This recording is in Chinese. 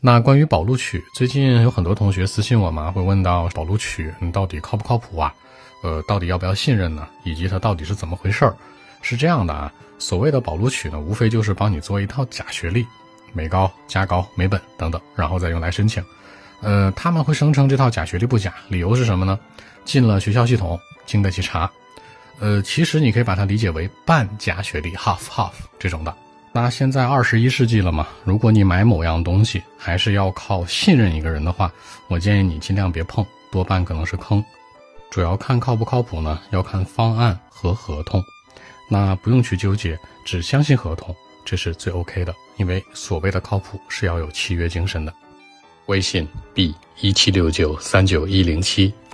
那关于保录取，最近有很多同学私信我嘛，会问到保录取到底靠不靠谱啊？到底要不要信任呢？以及它到底是怎么回事儿？是这样的啊，所谓的保录取呢，无非就是帮你做一套假学历，美高、加高、美本等等，然后再用来申请。他们会声称这套假学历不假，理由是什么呢？进了学校系统，经得起查。其实你可以把它理解为半假学历 half 这种的。那现在21世纪了嘛，如果你买某样东西还是要靠信任一个人的话，我建议你尽量别碰，多半可能是坑。主要看靠不靠谱呢，要看方案和合同。那不用去纠结，只相信合同，这是最 OK 的，因为所谓的靠谱是要有契约精神的。微信 B176939107